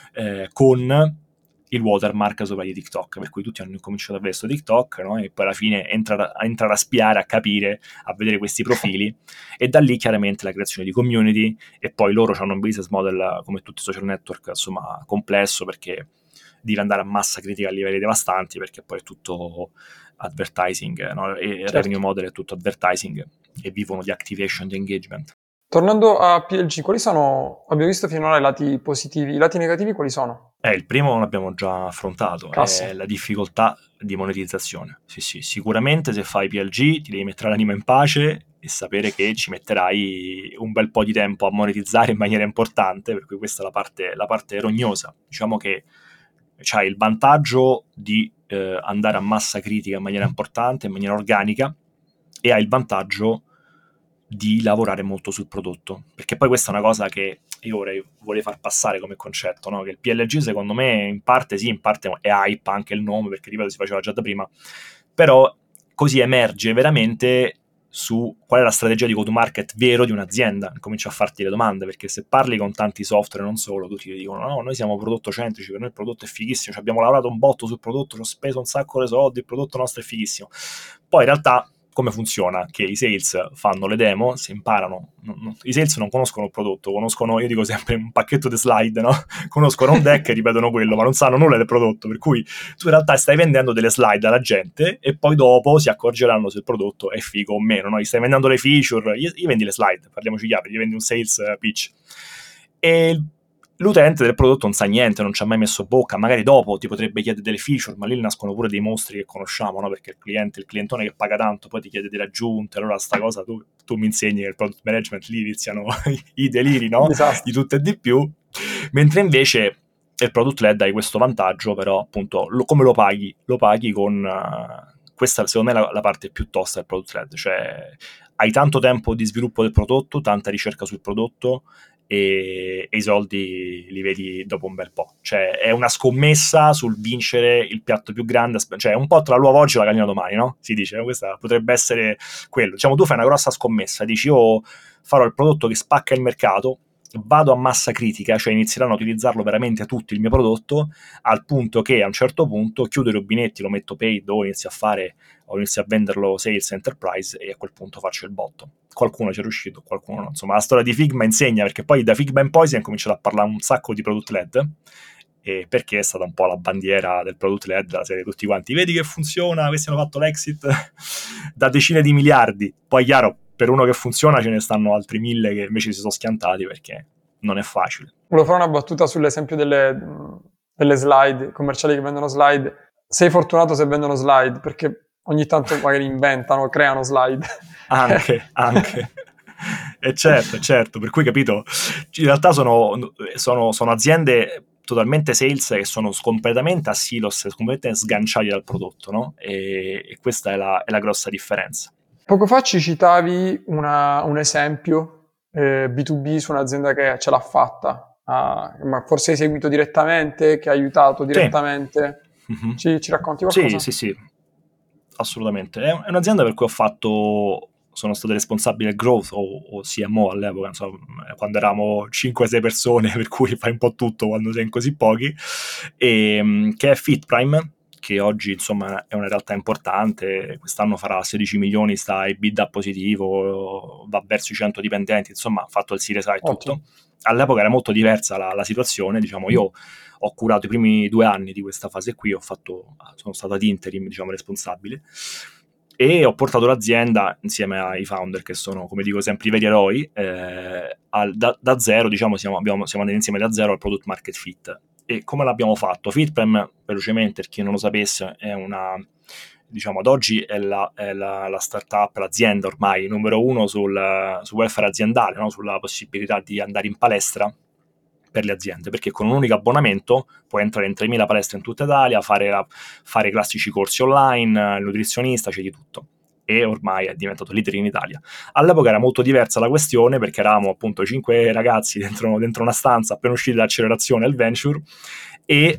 con il watermark sopra di TikTok, per cui tutti hanno incominciato a vedere questo TikTok, no? E poi alla fine entrare a spiare, a capire, a vedere questi profili, e da lì chiaramente la creazione di community. E poi loro hanno un business model, come tutti i social network, insomma, complesso, perché devi andare a massa critica a livelli devastanti, perché poi è tutto advertising, no? E il revenue model è tutto advertising, e vivono di activation, di engagement. Tornando a PLG, quali sono, abbiamo visto finora i lati positivi, i lati negativi quali sono? Il primo l'abbiamo già affrontato, Cassa. è la difficoltà di monetizzazione. Sì, sicuramente se fai PLG ti devi mettere l'anima in pace e sapere che ci metterai un bel po' di tempo a monetizzare in maniera importante, per cui questa è la parte rognosa. Diciamo che c'hai il vantaggio di andare a massa critica in maniera importante, in maniera organica, e hai il vantaggio di lavorare molto sul prodotto, perché poi questa è una cosa che io vorrei far passare come concetto, no? Che il PLG secondo me in parte sì, in parte è hype anche il nome, perché ripeto si faceva già da prima, però così emerge veramente su qual è la strategia di go-to-market vero di un'azienda. Comincio a farti le domande, perché se parli con tanti software, non solo, tutti ti dicono no, noi siamo prodotto centrici, per noi il prodotto è fighissimo, abbiamo lavorato un botto sul prodotto, ci ho speso un sacco di soldi, il prodotto nostro è fighissimo. Poi in realtà come funziona? Che i sales fanno le demo, si imparano. I sales non conoscono il prodotto, conoscono, io dico sempre, un pacchetto di slide, no? Conoscono un deck e ripetono quello, ma non sanno nulla del prodotto, per cui tu in realtà stai vendendo delle slide alla gente e poi dopo si accorgeranno se il prodotto è figo o meno, no? Gli stai vendendo le feature, gli vendi le slide, parliamoci chiaro, gli vendi un sales pitch. E l'utente del prodotto non sa niente, non ci ha mai messo bocca, magari dopo ti potrebbe chiedere delle feature, ma lì nascono pure dei mostri che conosciamo, no? Perché il clientone che paga tanto poi ti chiede delle aggiunte, allora sta cosa tu mi insegni che il product management, lì iniziano i deliri, no? Di tutto e di più, mentre invece il product led hai questo vantaggio, però appunto come lo paghi? Lo paghi con questa secondo me è la parte più tosta del product led, cioè hai tanto tempo di sviluppo del prodotto, tanta ricerca sul prodotto, e i soldi li vedi dopo un bel po'. Cioè è una scommessa sul vincere il piatto più grande, cioè un po' tra l'uovo oggi e la gallina domani, no? Si dice, questa potrebbe essere quello. Diciamo, tu fai una grossa scommessa, dici farò il prodotto che spacca il mercato, vado a massa critica, cioè inizieranno a utilizzarlo veramente tutti il mio prodotto, al punto che a un certo punto chiudo i rubinetti, lo metto paid o inizio a venderlo sales enterprise e a quel punto faccio il botto. Qualcuno ci è riuscito, qualcuno no. Insomma, la storia di Figma insegna, perché poi da Figma in poi si è cominciato a parlare un sacco di product led, e perché è stata un po' la bandiera del product led, la serie tutti quanti, vedi che funziona, questi hanno fatto l'exit da decine di miliardi. Poi chiaro, per uno che funziona ce ne stanno altri 1000 che invece si sono schiantati, perché non è facile. Volevo fare una battuta sull'esempio delle slide, commerciali che vendono slide. Sei fortunato se vendono slide, perché ogni tanto magari inventano, creano slide. Anche. E certo, per cui capito, in realtà sono aziende totalmente sales che sono completamente a silos, completamente sganciati dal prodotto, no? E questa è la grossa differenza. Poco fa ci citavi un esempio B2B su un'azienda che ce l'ha fatta, ma forse hai seguito direttamente, che ha aiutato direttamente. Sì. Mm-hmm. Ci racconti qualcosa? Sì, assolutamente. È un'azienda per cui sono stato responsabile del growth o CMO all'epoca, insomma, quando eravamo 5-6 persone, per cui fai un po' tutto quando sei in così pochi, che è FitPrime, che oggi insomma è una realtà importante, quest'anno farà 16 milioni, sta a EBITDA positivo, va verso i 100 dipendenti, insomma ha fatto il Series A e tutto. All'epoca era molto diversa la situazione, diciamo. Io ho curato i primi 2 anni di questa fase qui, sono stato ad interim, diciamo, responsabile, e ho portato l'azienda insieme ai founder, che sono, come dico sempre, i veri eroi, da zero, diciamo, siamo andati insieme da zero al product market fit. E come l'abbiamo fatto? FitPrem, velocemente, per chi non lo sapesse, è diciamo, ad oggi è la startup, l'azienda ormai numero 1 sul welfare aziendale, no? Sulla possibilità di andare in palestra per le aziende, perché con un unico abbonamento puoi entrare in 3.000 palestre in tutta Italia, fare classici corsi online, il nutrizionista, c'è di tutto. E ormai è diventato leader in Italia. All'epoca era molto diversa la questione, perché eravamo appunto 5 ragazzi dentro una stanza appena usciti dall'accelerazione al venture, e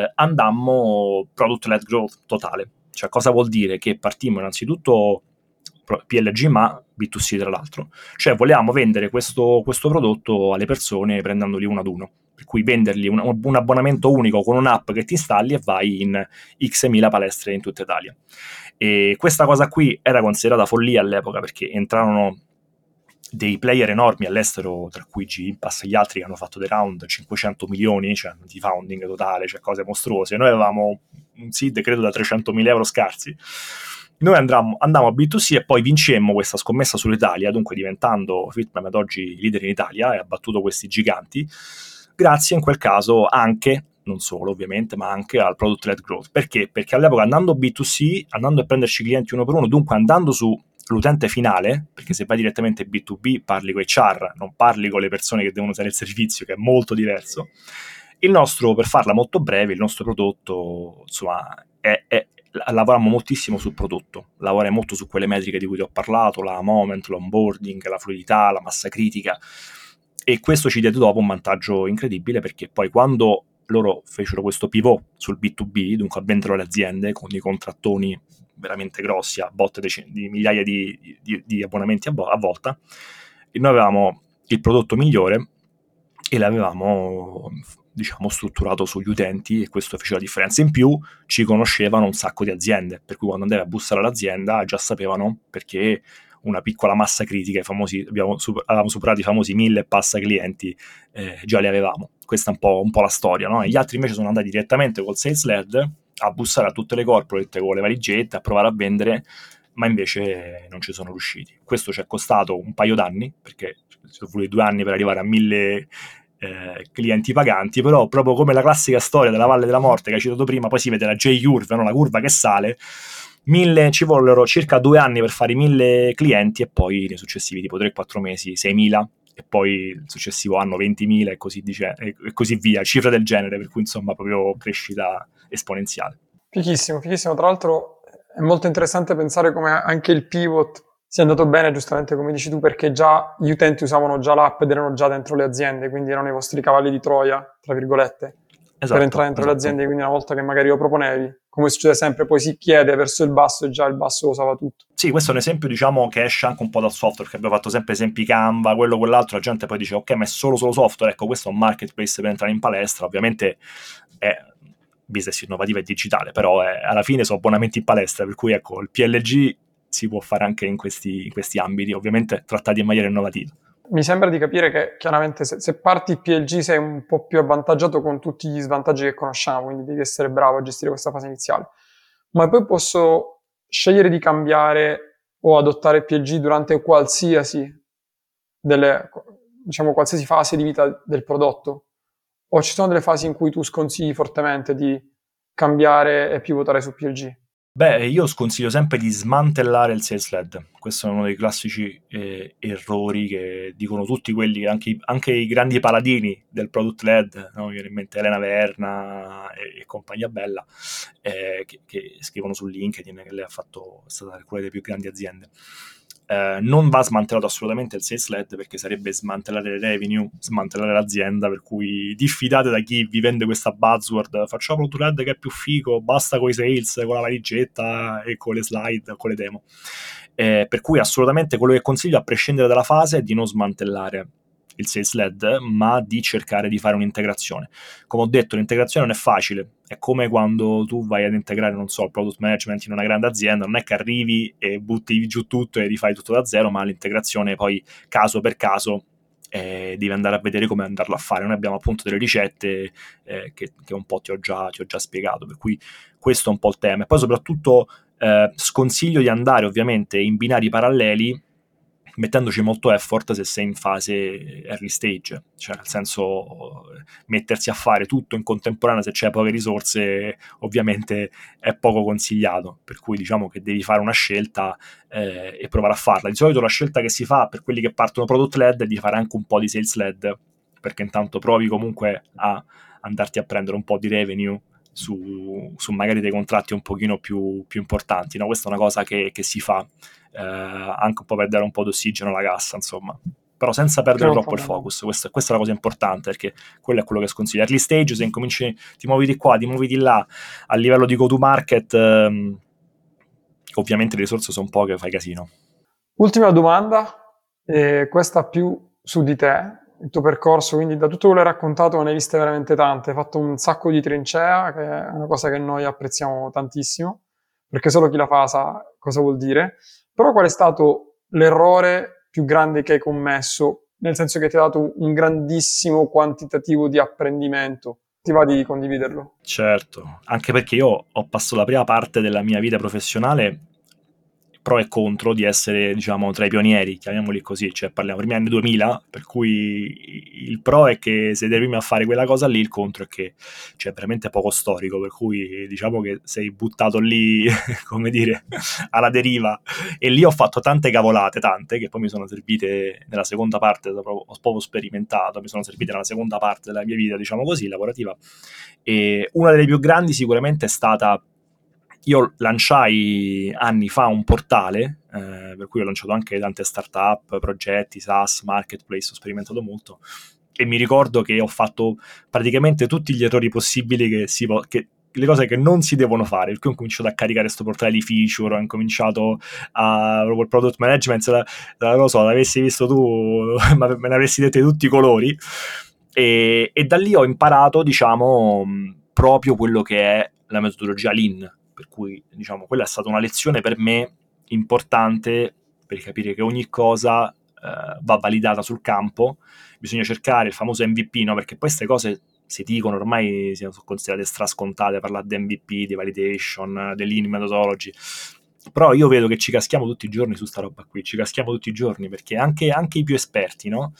andammo product-led growth totale. Cioè, cosa vuol dire? Che partimmo innanzitutto PLG, ma B2C tra l'altro. Cioè volevamo vendere questo prodotto alle persone prendendoli uno ad uno, per cui vendergli un abbonamento unico con un'app che ti installi e vai in x mila palestre in tutta Italia. E questa cosa qui era considerata follia all'epoca, perché entrarono dei player enormi all'estero, tra cui Gympass e gli altri che hanno fatto dei round 500 milioni, cioè di founding totale, cioè cose mostruose. Noi avevamo un seed credo da 300.000 euro scarsi. Noi andammo a B2C e poi vincemmo questa scommessa sull'Italia, dunque diventando FitPrime ad oggi leader in Italia e ha battuto questi giganti, grazie in quel caso anche, non solo ovviamente, ma anche al product led growth. Perché? Perché all'epoca, andando B2C, andando a prenderci clienti uno per uno, dunque andando sull'utente finale, perché se vai direttamente B2B parli con HR, non parli con le persone che devono usare il servizio, che è molto diverso. Per farla molto breve, il nostro prodotto, insomma, lavoriamo moltissimo sul prodotto, lavora molto su quelle metriche di cui ti ho parlato, la moment, l'onboarding, la fluidità, la massa critica, e questo ci diede dopo un vantaggio incredibile, perché poi quando loro fecero questo pivot sul B2B, dunque a vendere alle aziende con i contrattoni veramente grossi, a botte di migliaia di abbonamenti a volta, e noi avevamo il prodotto migliore e l'avevamo, diciamo, strutturato sugli utenti, e questo fece la differenza. In più ci conoscevano un sacco di aziende, per cui quando andavi a bussare all'azienda già sapevano, perché una piccola massa critica, avevamo superato i famosi 1000 passa clienti, già li avevamo. Questa è un po' la storia, no? E gli altri invece sono andati direttamente col sales led a bussare a tutte le corporate con le valigette, a provare a vendere, ma invece non ci sono riusciti. Questo ci è costato un paio d'anni, perché ci sono voluti 2 anni per arrivare a 1000 clienti paganti, però proprio come la classica storia della Valle della Morte che hai citato prima, poi si vede la J-curve, no? La curva che sale. Ci vollero circa 2 anni per fare i 1000 clienti, e poi nei successivi tipo 3-4 mesi 6.000, e poi il successivo anno 20.000 e così via, cifre del genere, per cui insomma proprio crescita esponenziale. Fighissimo. Tra l'altro è molto interessante pensare come anche il pivot sia andato bene, giustamente come dici tu, perché già gli utenti usavano già l'app ed erano già dentro le aziende, quindi erano i vostri cavalli di Troia, tra virgolette, per entrare dentro le aziende. Quindi una volta che magari lo proponevi, come succede sempre, poi si chiede verso il basso e già il basso lo usava tutto. Sì, questo è un esempio, diciamo, che esce anche un po' dal software, che abbiamo fatto sempre esempi Canva, quello, quell'altro, la gente poi dice, ok, ma è solo software, ecco, questo è un marketplace per entrare in palestra, ovviamente è business innovativo e digitale, però alla fine sono abbonamenti in palestra, per cui ecco, il PLG si può fare anche in questi ambiti, ovviamente trattati in maniera innovativa. Mi sembra di capire che chiaramente se parti PLG sei un po' più avvantaggiato con tutti gli svantaggi che conosciamo, quindi devi essere bravo a gestire questa fase iniziale. Ma poi posso scegliere di cambiare o adottare PLG durante qualsiasi fase di vita del prodotto? O ci sono delle fasi in cui tu sconsigli fortemente di cambiare e pivotare su PLG? Beh, io sconsiglio sempre di smantellare il sales led. Questo è uno dei classici errori che dicono tutti quelli, anche i grandi paladini del product led, no? Mi viene in mente Elena Verna e compagnia bella, che scrivono su LinkedIn che lei è stata alcune delle più grandi aziende. Non va smantellato assolutamente il sales led, perché sarebbe smantellare le revenue, smantellare l'azienda, per cui diffidate da chi vi vende questa buzzword, facciamo un product led che è più figo, basta con i sales, con la valigetta e con le slide, con le demo. Per cui assolutamente quello che consiglio, a prescindere dalla fase, è di non smantellare il sales led, ma di cercare di fare un'integrazione. Come ho detto, l'integrazione non è facile, è come quando tu vai ad integrare, non so, il product management in una grande azienda, non è che arrivi e butti giù tutto e rifai tutto da zero, ma l'integrazione poi caso per caso devi andare a vedere come andarlo a fare. Noi abbiamo appunto delle ricette che un po' ti ho già spiegato, per cui questo è un po' il tema. E poi soprattutto sconsiglio di andare ovviamente in binari paralleli, mettendoci molto effort se sei in fase early stage, cioè nel senso mettersi a fare tutto in contemporanea se c'è poche risorse ovviamente è poco consigliato, per cui diciamo che devi fare una scelta e provare a farla. Di solito la scelta che si fa per quelli che partono product led è di fare anche un po' di sales led, perché intanto provi comunque a andarti a prendere un po' di revenue su magari dei contratti un pochino più importanti, no? Questa è una cosa che si fa anche un po' per dare un po' d'ossigeno alla cassa, insomma, però senza perdere troppo il focus. Questa è la cosa importante, perché quello è quello che sconsiglio. Early stage, se incominci, ti muovi di qua, ti muovi di là, a livello di go to market, ovviamente le risorse sono poche, fai casino. Ultima domanda, questa più su di te, il tuo percorso, quindi da tutto quello che hai raccontato ne hai viste veramente tante, hai fatto un sacco di trincea, che è una cosa che noi apprezziamo tantissimo, perché solo chi la fa sa cosa vuol dire. Però qual è stato l'errore più grande che hai commesso, nel senso che ti ha dato un grandissimo quantitativo di apprendimento? Ti va di condividerlo? Certo, anche perché io ho passato la prima parte della mia vita professionale pro e contro di essere, diciamo, tra i pionieri, chiamiamoli così, cioè parliamo primi anni 2000, per cui il pro è che sei dei primi a fare quella cosa lì, il contro è che c'è veramente poco storico, per cui diciamo che sei buttato lì, come dire, alla deriva, e lì ho fatto tante cavolate, tante, che poi mi sono servite nella seconda parte, ho proprio sperimentato, mi sono servite nella seconda parte della mia vita, diciamo così, lavorativa, e una delle più grandi sicuramente è stata: io lanciai anni fa un portale, per cui ho lanciato anche tante startup, progetti, SaaS, marketplace, ho sperimentato molto, e mi ricordo che ho fatto praticamente tutti gli errori possibili che le cose che non si devono fare, per cui ho cominciato a caricare questo portale di feature, ho incominciato proprio il product management, non lo so, l'avessi visto tu, me ne avresti detto di tutti i colori, e da lì ho imparato, diciamo, proprio quello che è la metodologia Lean, per cui diciamo quella è stata una lezione per me importante, per capire che ogni cosa va validata sul campo, bisogna cercare il famoso MVP, no? Perché poi queste cose si dicono, ormai sono considerate strascontate, parlare di MVP, di validation, di Lean methodology, però io vedo che ci caschiamo tutti i giorni su sta roba qui, ci caschiamo tutti i giorni, perché anche i più esperti, no?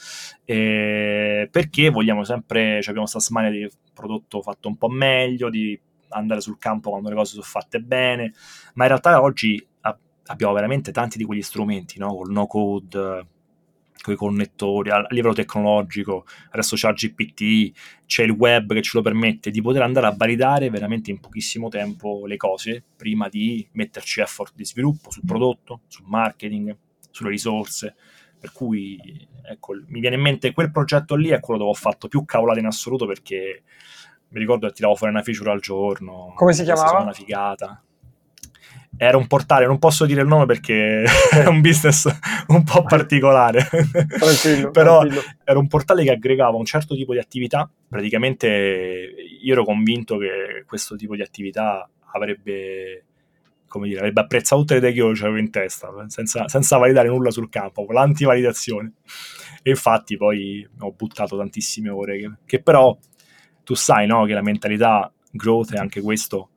Perché vogliamo sempre, cioè abbiamo questa smania di prodotto fatto un po' meglio, di andare sul campo quando le cose sono fatte bene, ma in realtà oggi abbiamo veramente tanti di quegli strumenti, no? Col no code, con i connettori, a livello tecnologico, adesso c'è GPT, c'è il web che ce lo permette di poter andare a validare veramente in pochissimo tempo le cose, prima di metterci effort di sviluppo sul prodotto, sul marketing, sulle risorse, per cui ecco, mi viene in mente quel progetto lì è quello dove ho fatto più cavolate in assoluto, perché Mi ricordo che tiravo fuori una feature al giorno. Come si chiamava? Una figata. Era un portale, non posso dire il nome perché è un business un po' particolare. Però era un portale che aggregava un certo tipo di attività. Praticamente io ero convinto che questo tipo di attività avrebbe apprezzato tutte le idee che io avevo in testa, senza validare nulla sul campo, con l'antivalidazione. E infatti poi ho buttato tantissime ore, che però tu sai, no, che la mentalità growth è anche questo,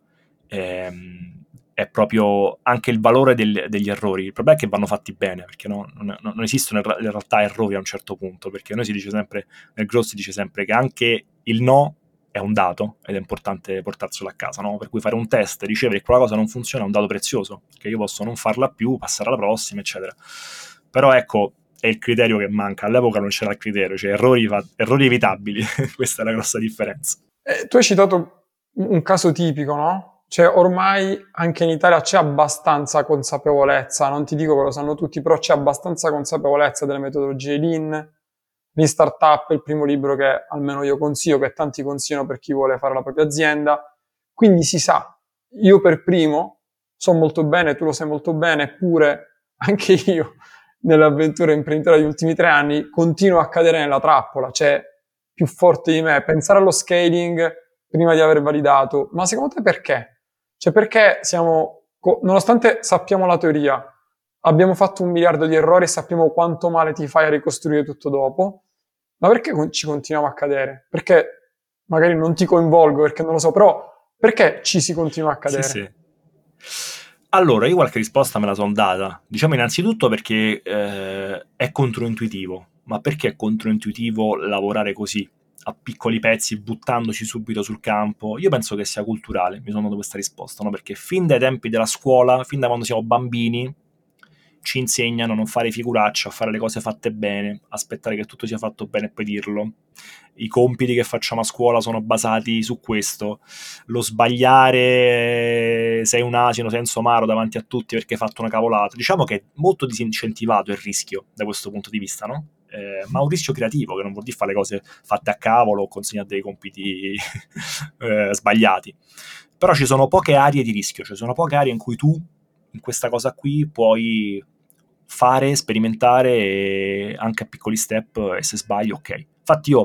è proprio anche il valore degli errori. Il problema è che vanno fatti bene, perché non esistono in realtà errori a un certo punto, perché noi si dice sempre, nel growth si dice sempre che anche il no è un dato ed è importante portarselo a casa, no? Per cui fare un test, ricevere che quella cosa non funziona è un dato prezioso, che io posso non farla più, passare alla prossima, eccetera. Però ecco, è il criterio che manca. All'epoca non c'era il criterio, cioè errori evitabili. Questa è la grossa differenza. Tu hai citato un caso tipico, no? Cioè ormai anche in Italia c'è abbastanza consapevolezza, non ti dico che lo sanno tutti, però c'è abbastanza consapevolezza delle metodologie Lean Startup è il primo libro che almeno io consiglio, che tanti consigliano per chi vuole fare la propria azienda. Quindi si sa, io per primo so molto bene, tu lo sai molto bene, eppure anche io nell'avventura imprenditoriale degli ultimi 3 anni continuo a cadere nella trappola, cioè più forte di me, pensare allo scaling prima di aver validato. Ma secondo te perché? Cioè perché nonostante sappiamo la teoria, abbiamo fatto 1 miliardo di errori e sappiamo quanto male ti fai a ricostruire tutto dopo, ma perché ci continuiamo a cadere? Perché magari non ti coinvolgo, perché non lo so, però perché ci si continua a cadere? Sì. Allora, io qualche risposta me la sono data. Diciamo innanzitutto perché è controintuitivo. Ma perché è controintuitivo lavorare così, a piccoli pezzi, buttandoci subito sul campo? Io penso che sia culturale, mi sono dato questa risposta, no? Perché fin dai tempi della scuola, fin da quando siamo bambini, ci insegnano a non fare figuracce, a fare le cose fatte bene, aspettare che tutto sia fatto bene e poi dirlo. I compiti che facciamo a scuola sono basati su questo. Lo sbagliare, sei un asino, sei un somaro davanti a tutti perché hai fatto una cavolata. Diciamo che è molto disincentivato il rischio da questo punto di vista, no? Ma un rischio creativo, che non vuol dire fare le cose fatte a cavolo o consegnare dei compiti sbagliati. Però ci sono poche aree di rischio, cioè sono poche aree in cui tu, in questa cosa qui, puoi fare, sperimentare anche a piccoli step, e se sbaglio, ok. Infatti io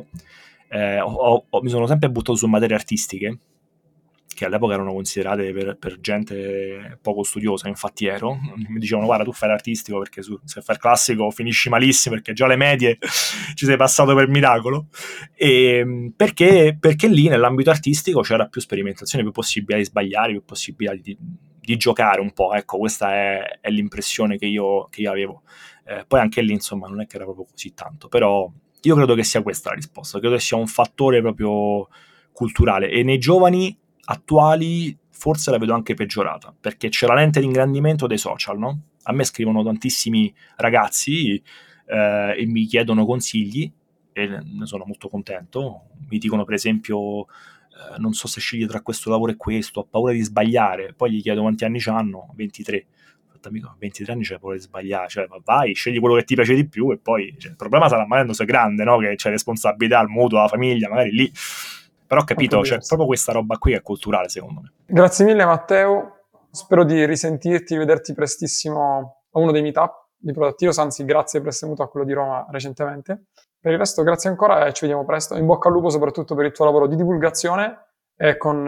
mi sono sempre buttato su materie artistiche, che all'epoca erano considerate per gente poco studiosa, infatti mi dicevano guarda tu fai l'artistico perché se fai il classico finisci malissimo perché già le medie ci sei passato per miracolo, e perché lì nell'ambito artistico c'era più sperimentazione, più possibilità di sbagliare, più possibilità di giocare un po', ecco, questa è l'impressione che io avevo. Poi anche lì insomma non è che era proprio così tanto, però io credo che sia questa la risposta, credo che sia un fattore proprio culturale, e nei giovani attuali forse la vedo anche peggiorata, perché c'è la lente di ingrandimento dei social, no? A me scrivono tantissimi ragazzi e mi chiedono consigli e ne sono molto contento. Mi dicono per esempio non so se scegliere tra questo lavoro e questo, ho paura di sbagliare. Poi gli chiedo quanti anni hanno, 23. Amico, 23 anni c'è paura di sbagliare, cioè vai, scegli quello che ti piace di più e poi il problema sarà magari quando sei grande, no? Che c'è responsabilità, il mutuo, la famiglia, magari lì. Però ho capito, c'è proprio questa roba qui che è culturale, secondo me. Grazie mille Matteo, spero di risentirti, vederti prestissimo a uno dei meetup di Product Heroes, anzi grazie per essere venuto a quello di Roma recentemente. Per il resto grazie ancora e ci vediamo presto. In bocca al lupo soprattutto per il tuo lavoro di divulgazione e con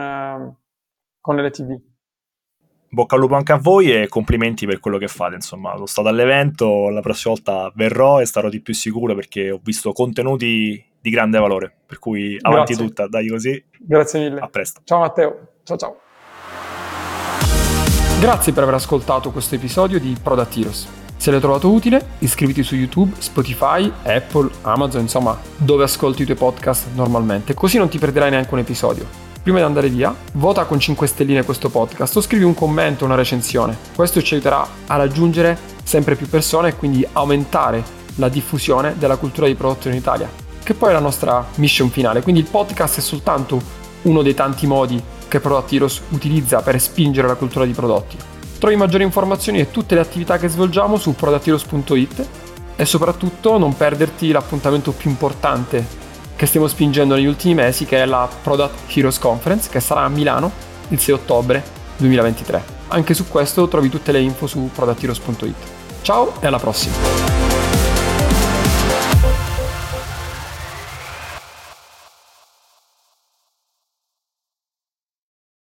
LTV. Bocca al lupo anche a voi e complimenti per quello che fate, insomma, sono stato all'evento, la prossima volta verrò e starò di più sicuro perché ho visto contenuti di grande valore, per cui avanti tutta, dai così. Grazie mille. A presto. Ciao Matteo, ciao. Grazie per aver ascoltato questo episodio di Product Heroes. Se l'hai trovato utile, iscriviti su YouTube, Spotify, Apple, Amazon, insomma, dove ascolti i tuoi podcast normalmente, così non ti perderai neanche un episodio. Prima di andare via, vota con 5 stelline questo podcast o scrivi un commento o una recensione. Questo ci aiuterà a raggiungere sempre più persone e quindi aumentare la diffusione della cultura di prodotto in Italia, che poi è la nostra mission finale. Quindi il podcast è soltanto uno dei tanti modi che Product Heroes utilizza per spingere la cultura di prodotti. Trovi maggiori informazioni e tutte le attività che svolgiamo su productheroes.it e soprattutto non perderti l'appuntamento più importante che stiamo spingendo negli ultimi mesi, che è la Product Heroes Conference, che sarà a Milano il 6 ottobre 2023. Anche su questo trovi tutte le info su productheroes.it. Ciao e alla prossima!